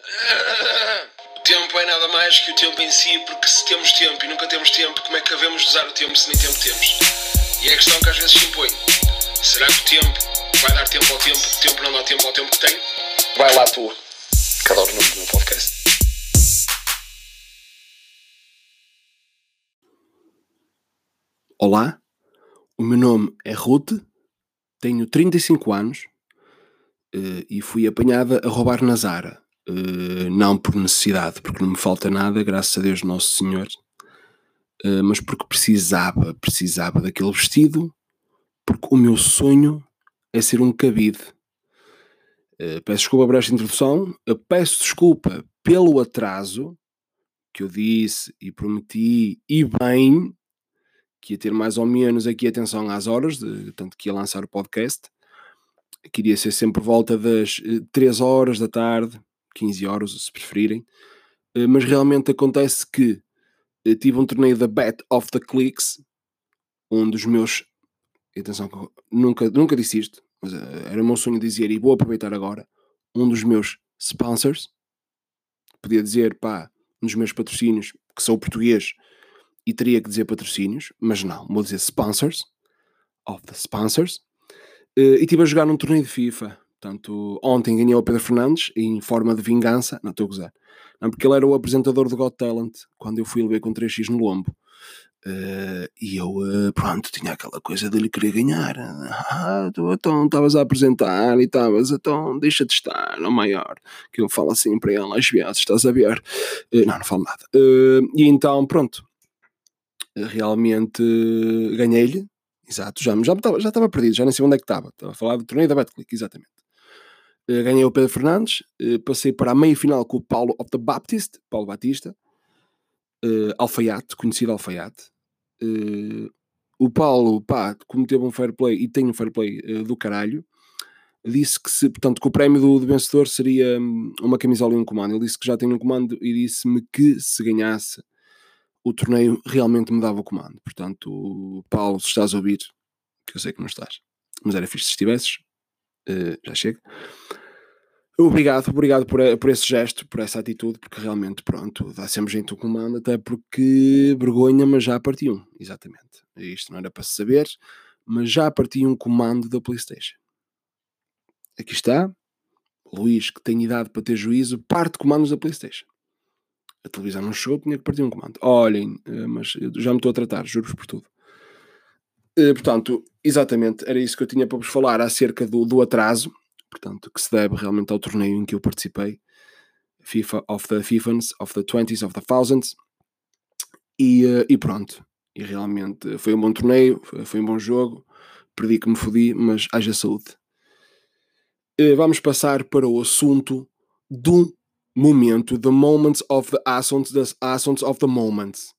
O tempo é nada mais que o tempo em si, porque se temos tempo e nunca temos tempo, como é que devemos usar o tempo se nem tempo temos? E é a questão que às vezes se impõe. Será que o tempo vai dar tempo ao tempo, o tempo não dá tempo ao tempo que tem? Vai lá tu, cada hora no meu podcast. Olá, o meu nome é Ruth, tenho 35 anos e fui apanhada a roubar na Zara. Não por necessidade, porque não me falta nada, graças a Deus Nosso Senhor, mas porque precisava daquele vestido, porque o meu sonho é ser um cabide. Peço desculpa por esta introdução, peço desculpa pelo atraso que eu disse e prometi, e bem, que ia ter mais ou menos aqui atenção às horas, tanto que ia lançar o podcast. Queria ser sempre por volta das 3 horas da tarde, 15 horas, se preferirem. Mas realmente acontece que tive um torneio da Bet of the Clicks, um dos meus... Atenção, nunca disse isto, mas era o meu sonho dizer, e vou aproveitar agora, um dos meus sponsors. Podia dizer, um dos meus patrocínios, que sou português, e teria que dizer patrocínios, mas não, vou dizer sponsors, of the sponsors. E estive a jogar num torneio de FIFA. Portanto, ontem ganhei o Pedro Fernandes em forma de vingança. Não, estou a gozar. Não, porque ele era o apresentador do Got Talent quando eu fui ver com 3x no lombo. E eu, tinha aquela coisa dele querer ganhar. Então, estavas a apresentar e estavas, então, deixa de estar, ao maior. Que eu falo assim para ele às vezes, estás a ver? Não falo nada. E então, pronto. Realmente ganhei-lhe. Exato, já estava perdido, já nem sei onde é que estava. Estava a falar do torneio da Betclic, exatamente. Ganhei o Pedro Fernandes, passei para a meia-final com o Paulo Batista, Alfaiate, conhecido Alfaiate. O Paulo, como teve um fair play, e tem um fair play do caralho, disse que que o prémio do vencedor seria uma camisola e um comando. Ele disse que já tem um comando e disse-me que se ganhasse o torneio realmente me dava o comando. Portanto, Paulo, se estás a ouvir, que eu sei que não estás, mas era fixe se estivesses, já chega. Obrigado por esse gesto, por essa atitude, porque realmente, dá sempre gente o comando, até porque vergonha, mas já parti um, exatamente. Isto não era para se saber, mas já parti um comando da PlayStation. Aqui está, Luís, que tem idade para ter juízo, parte comandos da PlayStation. A televisão não chegou, tinha que partir um comando. Olhem, mas eu já me estou a tratar, juro-vos por tudo. Portanto, exatamente, era isso que eu tinha para vos falar acerca do atraso, portanto, que se deve realmente ao torneio em que eu participei, FIFA of the Fifans, of the 20s, of the thousands, e pronto. E realmente foi um bom torneio, foi um bom jogo, perdi que me fodi, mas haja saúde. Vamos passar para o assunto do momento, the moments of the assons, das assons of the moments.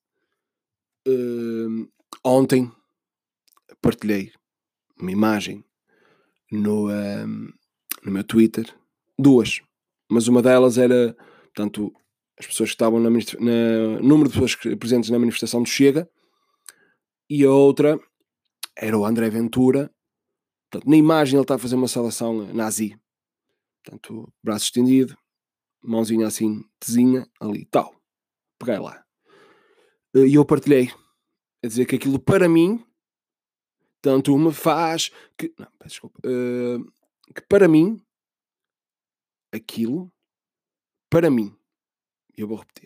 Ontem partilhei uma imagem no meu Twitter, duas, mas uma delas era, portanto, as pessoas que estavam número de pessoas presentes na manifestação do Chega, e a outra era o André Ventura. Portanto, na imagem ele está a fazer uma saudação nazi, portanto, braço estendido, mãozinha assim, tezinha, ali, tal, peguei lá. E eu partilhei, a dizer que aquilo para mim, tanto me faz que... Não, peço desculpa. Que para mim, aquilo, para mim, eu vou repetir.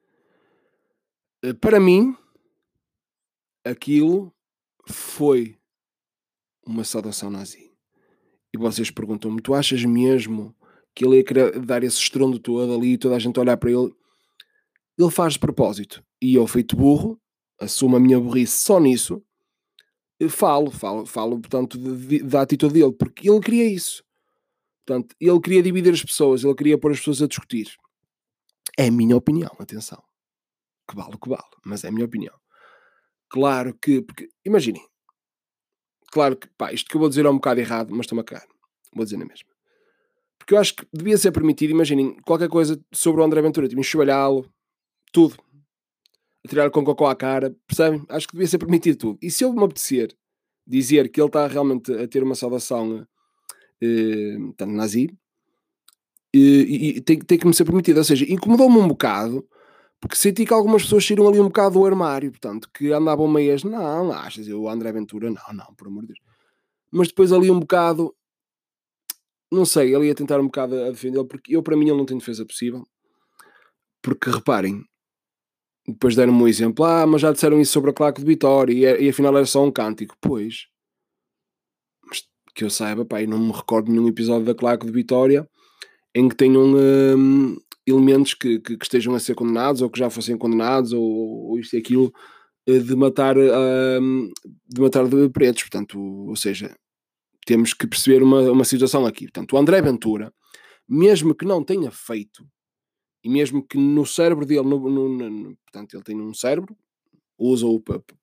Para mim, aquilo foi uma saudação nazi. E vocês perguntam-me, tu achas mesmo que ele ia querer dar esse estrondo todo ali e toda a gente olhar para ele? Ele faz de propósito. E eu, feito burro, assumo a minha burrice só nisso, falo, portanto, da atitude dele, porque ele queria isso. Portanto, ele queria dividir as pessoas, ele queria pôr as pessoas a discutir. É a minha opinião, atenção. Que vale o que vale, mas é a minha opinião. Claro que, porque, imaginem, claro que, isto que eu vou dizer é um bocado errado, mas estou-me a cagar. Vou dizer na mesma. Porque eu acho que devia ser permitido, imaginem, qualquer coisa sobre o André Ventura, tipo, enxovalhá-lo, tudo. Atirar com cocó à cara, percebem? Acho que devia ser permitido tudo. E se eu me apetecer dizer que ele está realmente a ter uma saudação tanto nazi, e tem que me ser permitido. Ou seja, incomodou-me um bocado, porque senti que algumas pessoas saíram ali um bocado do armário, portanto, que andavam meias, não, achas, o André Ventura, não, por amor de Deus. Mas depois ali um bocado, não sei, ele ia tentar um bocado a defendê-lo, porque para mim, ele não tem defesa possível. Porque, reparem, depois deram-me um exemplo, mas já disseram isso sobre a Claque de Vitória, e afinal era só um cântico. Pois, mas que eu saiba, pá, eu não me recordo de nenhum episódio da Claque de Vitória em que tenham elementos que estejam a ser condenados, ou que já fossem condenados, ou isto e aquilo, de matar de pretos. Portanto, ou seja, temos que perceber uma situação aqui. Portanto, o André Ventura, mesmo que não tenha feito, e mesmo que no cérebro dele, portanto, ele tem um cérebro, usa-o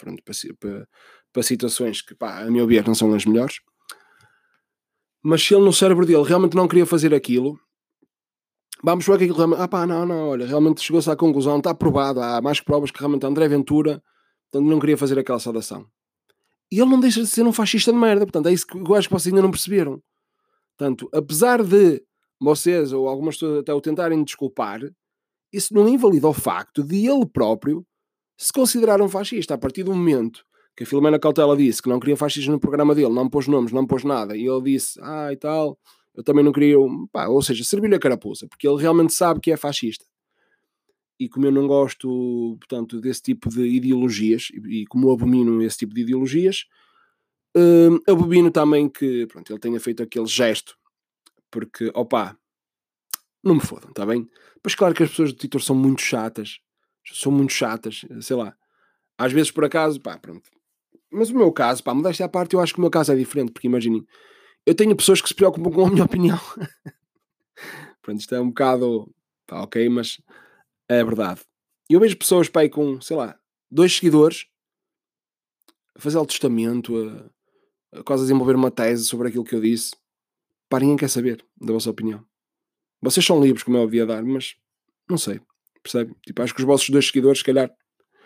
para situações que, pá, a meu ver, não são as melhores, mas se ele no cérebro dele realmente não queria fazer aquilo, vamos ver que aquilo realmente, olha, realmente chegou-se à conclusão, está provado, há mais provas que realmente André Ventura, portanto, não queria fazer aquela saudação. E ele não deixa de ser um fascista de merda, portanto, é isso que eu acho que vocês ainda não perceberam. Portanto, apesar de vocês ou algumas pessoas até o tentarem desculpar, isso não invalida o facto de ele próprio se considerar um fascista. A partir do momento que a Filomena Cautela disse que não queria fascistas no programa dele, não pôs nomes, não pôs nada, e ele disse, e tal, eu também não queria, ou seja, serviu-lhe a carapuça, porque ele realmente sabe que é fascista. E como eu não gosto, portanto, desse tipo de ideologias, e como eu abomino esse tipo de ideologias, abomino também que, pronto, ele tenha feito aquele gesto, porque, não me fodam, está bem? Pois claro que as pessoas do Twitter são muito chatas, sei lá. Às vezes, por acaso, pronto. Mas o meu caso, modéstia à parte, eu acho que o meu caso é diferente, porque imaginem, eu tenho pessoas que se preocupam com a minha opinião. Pronto, isto é um bocado, ok, mas é verdade. Eu vejo pessoas, aí com, sei lá, 2 seguidores, a fazer o testamento, a quase a desenvolver uma tese sobre aquilo que eu disse. Ninguém quer saber da vossa opinião. Vocês são livres, como é óbvio a dar, mas não sei, percebe? Tipo, acho que os vossos 2 seguidores, se calhar.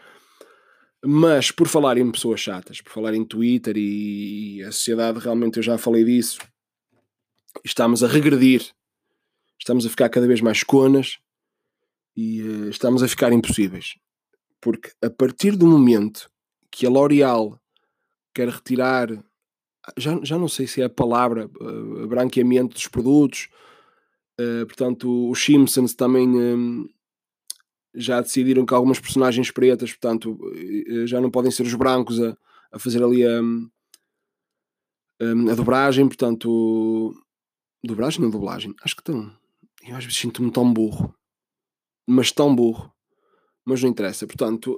Mas por falar em pessoas chatas, por falar em Twitter e a sociedade, realmente eu já falei disso, estamos a regredir, estamos a ficar cada vez mais conas e estamos a ficar impossíveis. Porque a partir do momento que a L'Oréal quer retirar, já não sei se é a palavra, branqueamento dos produtos, portanto os Simpsons também já decidiram que algumas personagens pretas, portanto, já não podem ser os brancos a fazer ali a dobragem, portanto, dobragem ou dublagem? Acho que estão. Eu às vezes sinto-me tão burro, mas não interessa, portanto,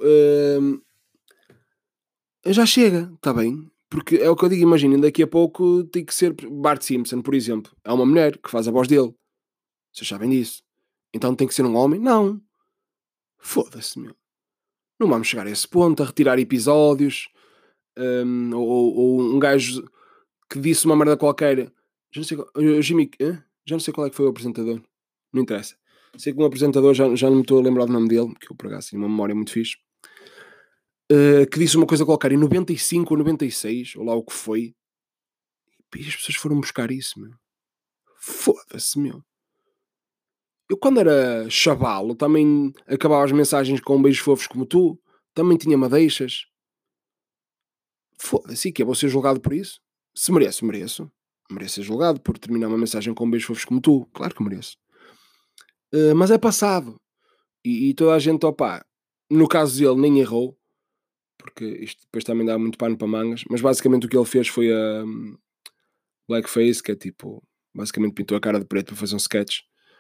já chega, está bem, porque é o que eu digo, imaginem, daqui a pouco tem que ser Bart Simpson, por exemplo, é uma mulher que faz a voz dele, vocês sabem disso, então tem que ser um homem? Não, foda-se, meu. Não vamos chegar a esse ponto, a retirar episódios, ou um gajo que disse uma merda qualquer. Já não sei qual, Jimmy, já não sei qual é que foi o apresentador. Não interessa. Sei que um apresentador, já não me estou a lembrar do nome dele, que eu por acaso tenho uma memória muito fixe, que disse uma coisa qualquer em 95 ou 96, ou lá o que foi. E as pessoas foram buscar isso, meu. Foda-se, meu. Eu quando era chavalo também acabava as mensagens com beijos fofos como tu. Também tinha madeixas. Foda-se, e que vou ser julgado por isso? Se mereço, mereço. Mereço ser julgado por terminar uma mensagem com beijos fofos como tu. Claro que mereço. Mas é passado. E toda a gente, no caso dele nem errou, porque isto depois também dá muito pano para mangas, mas basicamente o que ele fez foi a blackface, que é tipo, basicamente pintou a cara de preto para fazer um sketch.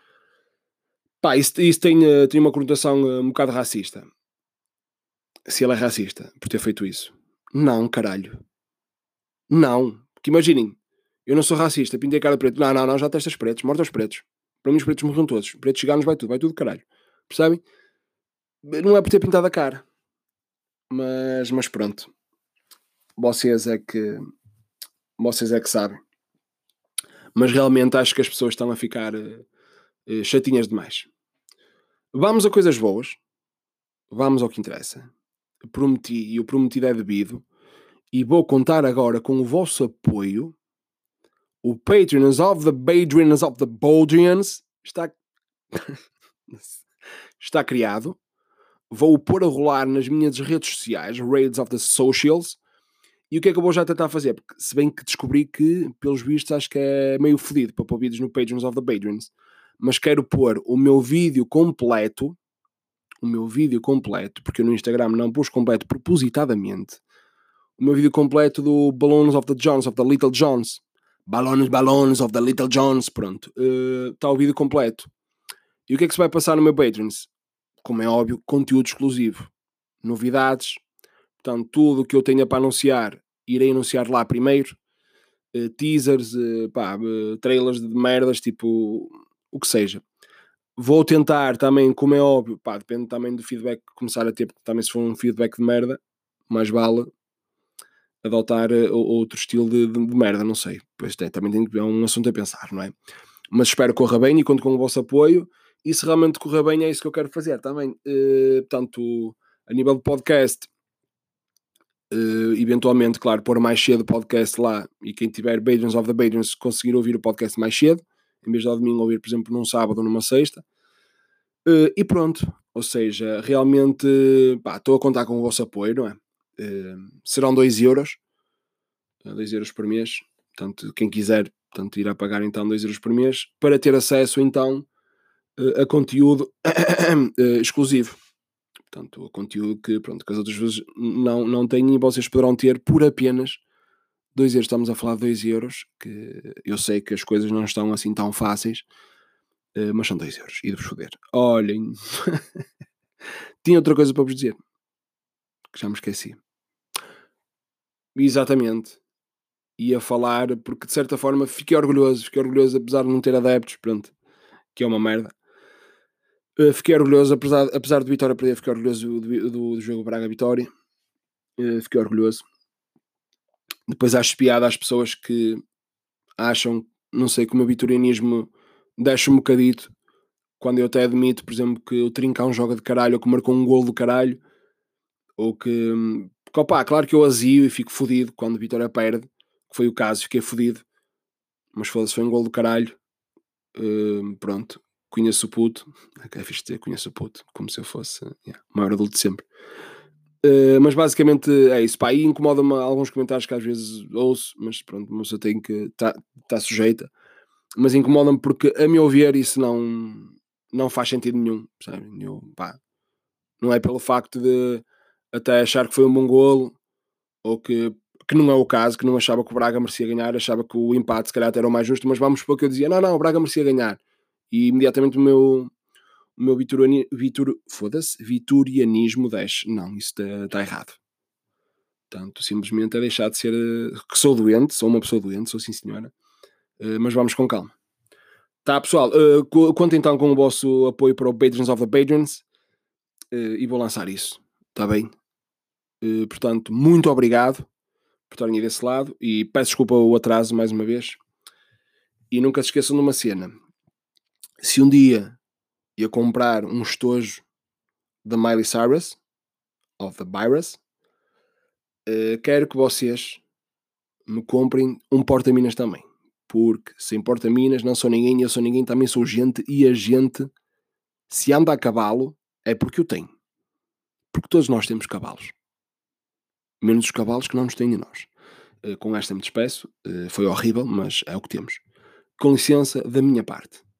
Isso tem uma conotação um bocado racista. Se ele é racista por ter feito isso. Não, caralho. Não. Porque imaginem, eu não sou racista, pintei a cara de preto. Não, já testas pretos, mortos aos pretos. Para mim os pretos morram todos. Pretos ciganos vai tudo caralho. Percebem? Não é por ter pintado a cara. Mas pronto. Vocês é que sabem. Mas realmente acho que as pessoas estão a ficar chatinhas demais. Vamos a coisas boas. Vamos ao que interessa. Prometi, e o prometido é devido. E vou contar agora com o vosso apoio. O Patreons of the Badrians of the Baldrians. está criado. Vou pôr a rolar nas minhas redes sociais, Raids of the Socials. E o que é que eu vou já tentar fazer? Porque se bem que descobri que, pelos vistos, acho que é meio fodido para pôr vídeos no Patrons of the Patrons. Mas quero pôr o meu vídeo completo, porque eu no Instagram não pus completo propositadamente. O meu vídeo completo do Balloons of the Johns, of the Little Johns. Balloons of the Little Johns, pronto. Está o vídeo completo. E o que é que se vai passar no meu Patrons? Como é óbvio, conteúdo exclusivo. Novidades. Portanto, tudo o que eu tenha para anunciar, irei anunciar lá primeiro. Teasers, trailers de merdas, tipo, o que seja. Vou tentar também, como é óbvio, depende também do feedback que começar a ter, porque também se for um feedback de merda, mais vale adotar outro estilo de merda, não sei. Pois também é um assunto a pensar, não é? Mas espero que corra bem e conto com o vosso apoio. E se realmente correr bem, é isso que eu quero fazer também. Portanto, a nível de podcast, eventualmente, claro, pôr mais cedo o podcast lá e quem tiver Patrons of the Patrons conseguir ouvir o podcast mais cedo, em vez de ao domingo ouvir, por exemplo, num sábado ou numa sexta. E pronto. Ou seja, realmente estou a contar com o vosso apoio, não é? Serão 2 euros. 2 euros por mês. Portanto, quem quiser irá pagar então 2 euros por mês para ter acesso então a conteúdo exclusivo. Portanto, a conteúdo que as outras vezes não têm e vocês poderão ter por apenas 2 euros. Estamos a falar de 2 euros, que eu sei que as coisas não estão assim tão fáceis, mas são 2 euros. E de vos foder. Olhem. Tinha outra coisa para vos dizer, que já me esqueci. Exatamente. Ia falar, porque de certa forma fiquei orgulhoso, apesar de não ter adeptos, pronto, que é uma merda. Fiquei orgulhoso, apesar de Vitória perder, fiquei orgulhoso do jogo Braga-Vitória. Fiquei orgulhoso. Depois acho piada às pessoas que acham, não sei, que o meu vitorianismo deixa um bocadito, quando eu até admito, por exemplo, que o Trincão joga de caralho, ou que marcou um golo do caralho, ou que claro que eu azio e fico fodido quando a Vitória perde, que foi o caso, fiquei fodido, mas foda-se, foi um golo do caralho. Pronto, conheço o puto, é fixe dizer, conheço o puto, como se eu fosse o maior adulto de sempre. Mas basicamente é isso, e incomoda-me alguns comentários que às vezes ouço, mas pronto, uma pessoa tem que tá sujeita, mas incomoda-me porque, a meu ver, isso não faz sentido nenhum, sabe? Não é pelo facto de até achar que foi um bom golo, ou que não é o caso, que não achava que o Braga merecia ganhar, achava que o empate se calhar até era o mais justo, mas vamos supor que eu dizia, não, o Braga merecia ganhar, e imediatamente o meu vitorianismo desce. Não, isso está errado. Portanto, simplesmente é deixar de ser que sou doente, sou uma pessoa doente, sou sim senhora, mas vamos com calma. Tá, pessoal, conto então com o vosso apoio para o Patrons of the Patrons, e vou lançar isso, está bem? Portanto, muito obrigado por estarem aí desse lado e peço desculpa o atraso mais uma vez. E nunca se esqueçam de uma cena: se um dia ia comprar um estojo da Miley Cyrus, of the Virus, quero que vocês me comprem um porta-minas também, porque sem porta-minas não sou ninguém, eu sou ninguém, também sou gente, e a gente, se anda a cavalo, é porque o tem. Porque todos nós temos cavalos, menos os cavalos que não nos têm a nós. Com esta me despeço, foi horrível, mas é o que temos. Com licença da minha parte.